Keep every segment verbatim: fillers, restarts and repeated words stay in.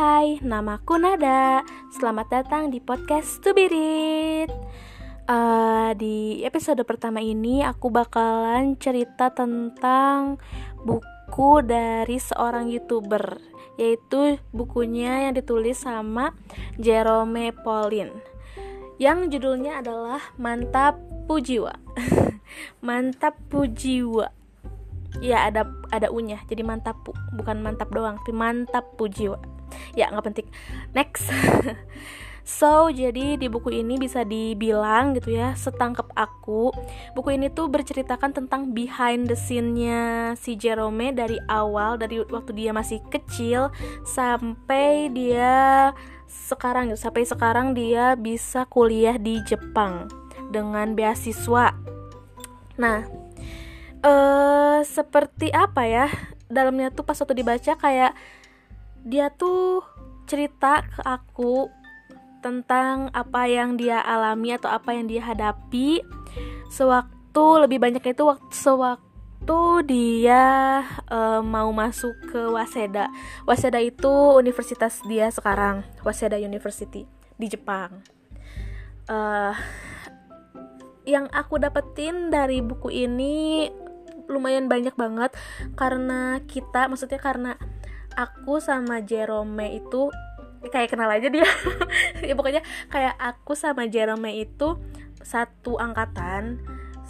Hai, namaku Nada. Selamat datang di podcast To Be Read. Uh, di episode pertama ini aku bakalan cerita tentang buku dari seorang YouTuber, yaitu bukunya yang ditulis sama Jerome Pauline, yang judulnya adalah Mantap Pujiwa. Mantap Pujiwa. Ya, ada ada u-nya, jadi mantap pu, bukan mantap doang, tapi mantap pujiwa. Ya, nggak penting. Next. So, jadi di buku ini bisa dibilang gitu ya, setangkep aku, buku ini tuh berceritakan tentang behind the scene-nya si Jerome dari awal, dari waktu dia masih kecil sampai dia sekarang, sampai sekarang dia bisa kuliah di Jepang dengan beasiswa. Nah, Uh, seperti apa ya, dalamnya tuh pas waktu dibaca kayak dia tuh cerita ke aku tentang apa yang dia alami atau apa yang dia hadapi sewaktu, lebih banyaknya itu waktu sewaktu dia uh, mau masuk ke Waseda. Waseda itu universitas dia sekarang, Waseda University di Jepang. uh, Yang aku dapetin dari buku ini lumayan banyak banget, karena kita, maksudnya karena aku sama Jerome itu kayak kenal aja dia. Ya pokoknya kayak aku sama Jerome itu satu angkatan,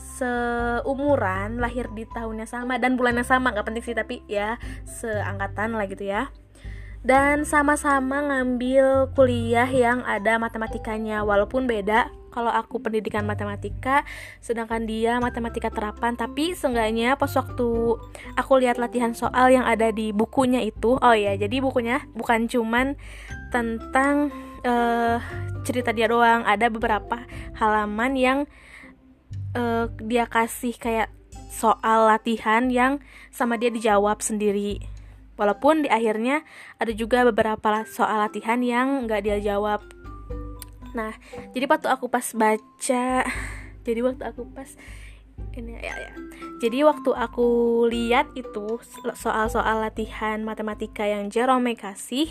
seumuran, lahir di tahunnya sama dan bulannya sama, nggak penting sih, tapi ya seangkatan lah gitu ya. Dan sama-sama ngambil kuliah yang ada matematikanya, walaupun beda. Kalau aku pendidikan matematika, sedangkan dia matematika terapan. Tapi seenggaknya pas waktu aku lihat latihan soal yang ada di bukunya itu, oh ya, jadi bukunya bukan cuman tentang uh, cerita dia doang. Ada beberapa halaman yang uh, dia kasih kayak soal latihan yang sama dia dijawab sendiri. Walaupun di akhirnya ada juga beberapa soal latihan yang gak dia jawab. Nah, jadi waktu aku pas baca, jadi waktu aku pas ini ya ya. Jadi waktu aku lihat itu soal-soal latihan matematika yang Jerome kasih,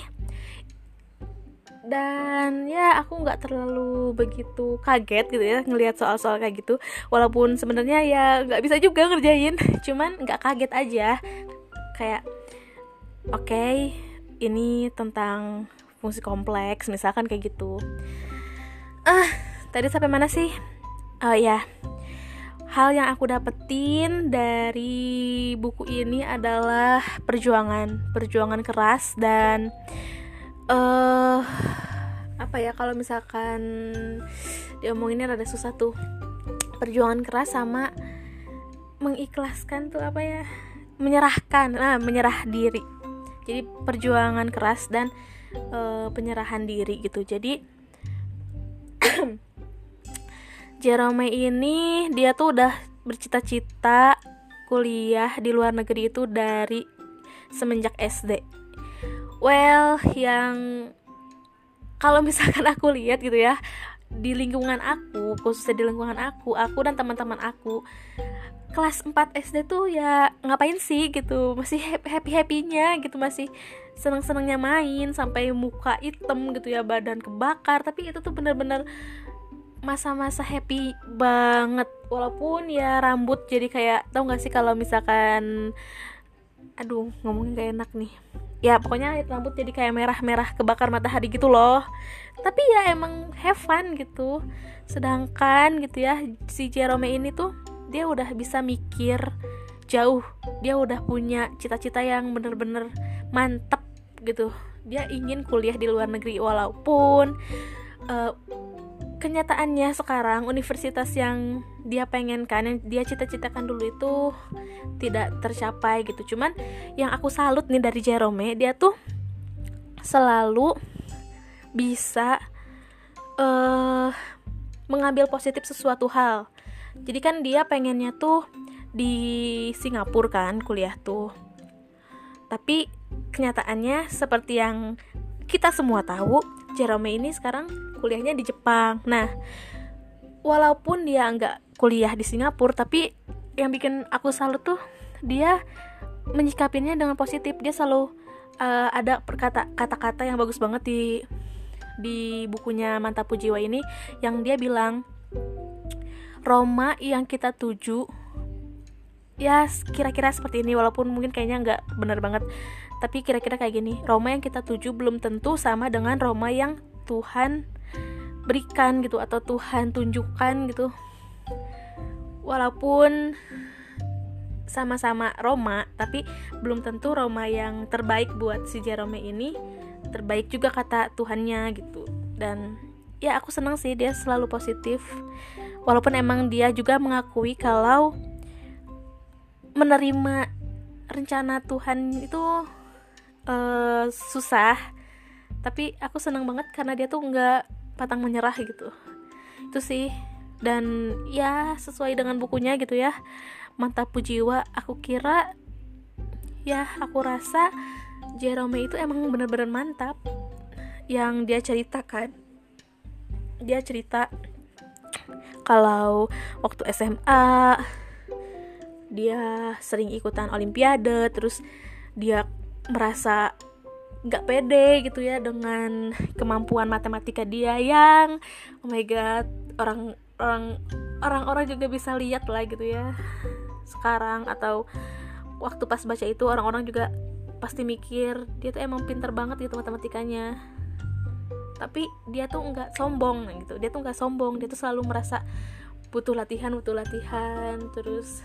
dan ya aku nggak terlalu begitu kaget gitu ya ngelihat soal-soal kayak gitu. Walaupun sebenarnya ya nggak bisa juga ngerjain, cuman nggak kaget aja. Kayak oke, okay, ini tentang fungsi kompleks misalkan kayak gitu. Ah, tadi sampai mana sih? Oh ya, hal yang aku dapetin dari buku ini adalah perjuangan, perjuangan keras dan uh, apa ya, kalau misalkan diomonginnya rada susah tuh. Perjuangan keras sama mengikhlaskan tuh apa ya? Menyerahkan, nah menyerah diri. Jadi perjuangan keras dan uh, penyerahan diri gitu. Jadi Jerome ini dia tuh udah bercita-cita kuliah di luar negeri itu dari semenjak S D. Well, yang kalau misalkan aku lihat gitu ya, di lingkungan aku, khususnya di lingkungan aku, aku dan teman-teman aku kelas empat S D tuh ya ngapain sih gitu, masih happy-happynya gitu, masih seneng-senengnya main sampai muka hitam gitu ya, badan kebakar. Tapi itu tuh bener-bener masa-masa happy banget. Walaupun ya rambut jadi kayak, tau gak sih kalau misalkan, aduh ngomongin gak enak nih, ya pokoknya rambut jadi kayak merah-merah kebakar matahari gitu loh. Tapi ya emang have fun gitu. Sedangkan gitu ya, si Jerome ini tuh dia udah bisa mikir jauh, dia udah punya cita-cita yang bener-bener mantep gitu. Dia ingin kuliah di luar negeri, walaupun uh, kenyataannya sekarang universitas yang dia pengenkan, yang dia cita-citakan dulu itu tidak tercapai gitu. Cuman yang aku salut nih dari Jerome, dia tuh selalu bisa uh, mengambil positif sesuatu hal. Jadi kan dia pengennya tuh di Singapura kan kuliah tuh, tapi kenyataannya seperti yang kita semua tahu, Jerome ini sekarang kuliahnya di Jepang. Nah, walaupun dia nggak kuliah di Singapura, tapi yang bikin aku salut tuh dia menyikapinya dengan positif. Dia selalu uh, ada perkata kata-kata yang bagus banget di di bukunya Manta Pujiwa ini, yang dia bilang Roma yang kita tuju, ya kira-kira seperti ini, walaupun mungkin kayaknya nggak benar banget, tapi kira-kira kayak gini: Roma yang kita tuju belum tentu sama dengan Roma yang Tuhan berikan gitu, atau Tuhan tunjukkan gitu. Walaupun sama-sama Roma, tapi belum tentu Roma yang terbaik buat si Jerome ini terbaik juga kata Tuhannya gitu. Dan ya aku senang sih dia selalu positif, walaupun emang dia juga mengakui kalau menerima rencana Tuhan itu uh, susah, tapi aku senang banget karena dia tuh nggak pantang menyerah gitu. Itu sih. Dan ya sesuai dengan bukunya gitu ya, Manta Pujiwa, aku kira ya aku rasa Jerome itu emang benar-benar mantap. Yang dia ceritakan, dia cerita kalau waktu S M A dia sering ikutan olimpiade, terus dia merasa gak pede gitu ya dengan kemampuan matematika dia yang oh my god, orang orang orang-orang juga bisa lihat lah gitu ya sekarang, atau waktu pas baca itu orang-orang juga pasti mikir dia tuh emang pinter banget gitu matematikanya. Tapi dia tuh nggak sombong gitu, dia tuh nggak sombong, dia tuh selalu merasa butuh latihan butuh latihan terus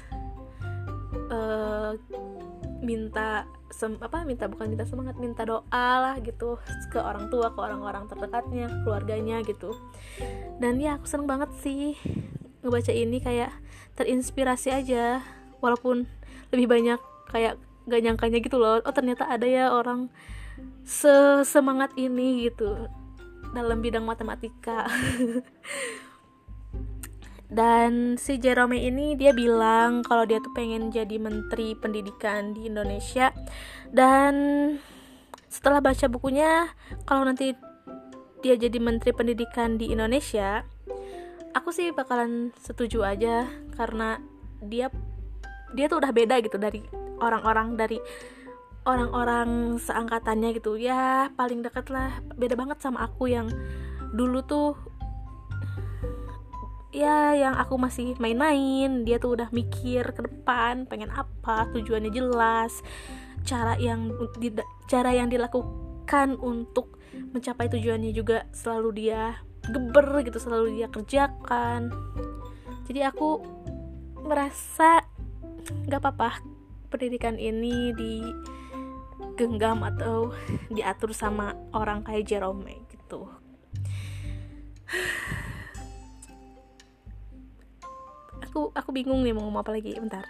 uh, minta sem apa minta bukan minta semangat, minta doa lah gitu ke orang tua, ke orang-orang terdekatnya, keluarganya gitu. Dan ya aku seneng banget sih ngebaca ini, kayak terinspirasi aja, walaupun lebih banyak kayak gak nyangkanya gitu loh, oh ternyata ada ya orang sesemangat ini gitu dalam bidang matematika. Dan si Jerome ini dia bilang kalau dia tuh pengen jadi menteri pendidikan di Indonesia. Dan setelah baca bukunya, kalau nanti dia jadi menteri pendidikan di Indonesia, aku sih bakalan setuju aja, karena dia dia tuh udah beda gitu dari orang-orang dari orang-orang seangkatannya gitu ya, paling deket lah, beda banget sama aku yang dulu tuh ya yang aku masih main-main. Dia tuh udah mikir ke depan pengen apa, tujuannya jelas, cara yang cara yang dilakukan untuk mencapai tujuannya juga selalu dia geber gitu, selalu dia kerjakan. Jadi aku merasa gak apa-apa pendidikan ini digenggam atau diatur sama orang kayak Jerome gitu. Aku aku bingung nih mau ngomong apa lagi, bentar.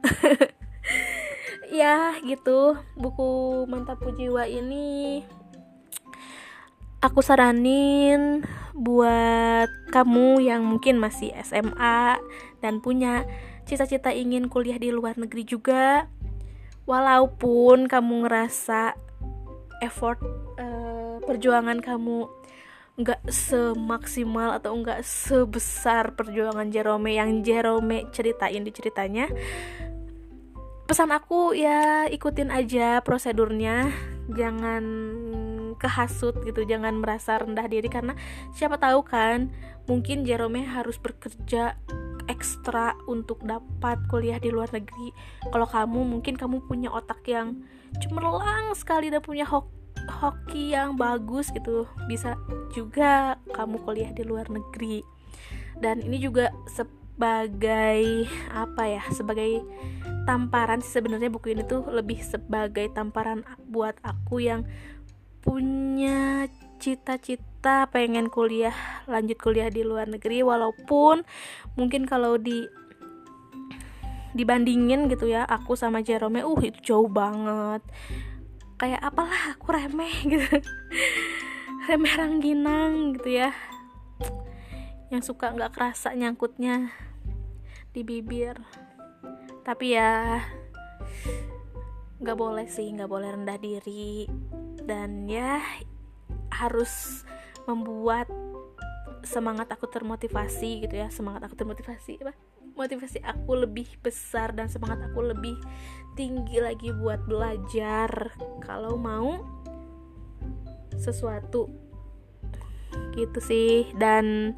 Ya gitu, buku Manta Pujiwa ini aku saranin buat kamu yang mungkin masih S M A dan punya cita-cita ingin kuliah di luar negeri juga. Walaupun kamu ngerasa effort uh, perjuangan kamu nggak semaksimal atau nggak sebesar perjuangan Jerome yang Jerome ceritain di ceritanya, pesan aku ya ikutin aja prosedurnya, jangan kehasut gitu, jangan merasa rendah diri, karena siapa tahu kan mungkin Jerome harus bekerja ekstra untuk dapat kuliah di luar negeri. Kalau kamu mungkin kamu punya otak yang cemerlang sekali dan punya ho- hoki yang bagus gitu, bisa juga kamu kuliah di luar negeri. Dan ini juga sebagai apa ya, sebagai tamparan sih sebenarnya. Buku ini tuh lebih sebagai tamparan buat aku yang punya cita-cita pengen kuliah, lanjut kuliah di luar negeri, walaupun mungkin kalau di dibandingin gitu ya, aku sama Jerome uh itu jauh banget, kayak apalah aku remeh gitu. Remeh rangginang gitu ya, yang suka nggak kerasa nyangkutnya di bibir. Tapi ya nggak boleh sih, nggak boleh rendah diri, dan ya harus membuat semangat aku termotivasi gitu ya, semangat aku termotivasi apa? motivasi aku lebih besar dan semangat aku lebih tinggi lagi buat belajar kalau mau sesuatu gitu sih. Dan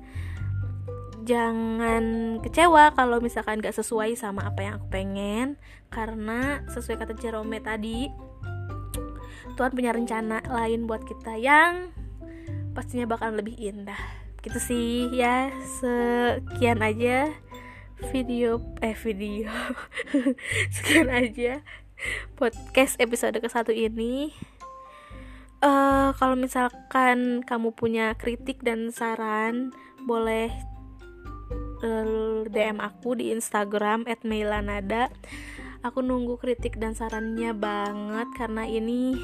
jangan kecewa kalau misalkan gak sesuai sama apa yang aku pengen, karena sesuai kata Jerome tadi, Tuhan punya rencana lain buat kita yang pastinya bakal lebih indah. Gitu sih ya. Sekian aja video eh video sekian aja podcast episode ke satu ini. Uh, kalau misalkan kamu punya kritik dan saran, boleh uh, D M aku di Instagram et meilanada. Aku nunggu kritik dan sarannya banget, karena ini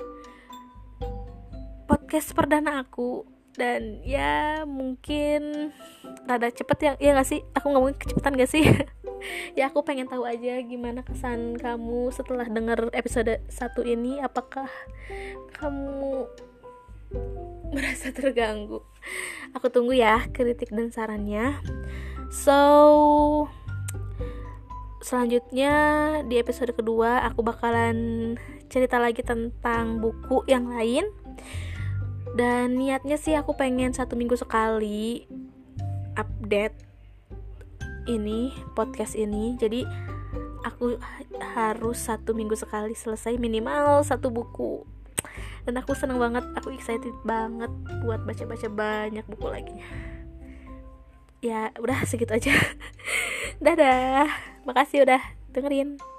podcast perdana aku. Dan ya mungkin rada cepet ya, ya gak sih? Aku ngomongin kecepatan gak sih? Ya aku pengen tahu aja gimana kesan kamu setelah denger episode satu ini. Apakah kamu merasa terganggu? Aku tunggu ya kritik dan sarannya. So selanjutnya di episode kedua aku bakalan cerita lagi tentang buku yang lain. Dan niatnya sih aku pengen satu minggu sekali update ini, podcast ini. Jadi aku harus satu minggu sekali selesai minimal satu buku. Dan aku seneng banget, aku excited banget buat baca-baca banyak buku lagi. Ya udah segitu aja. Dadah, makasih udah dengerin.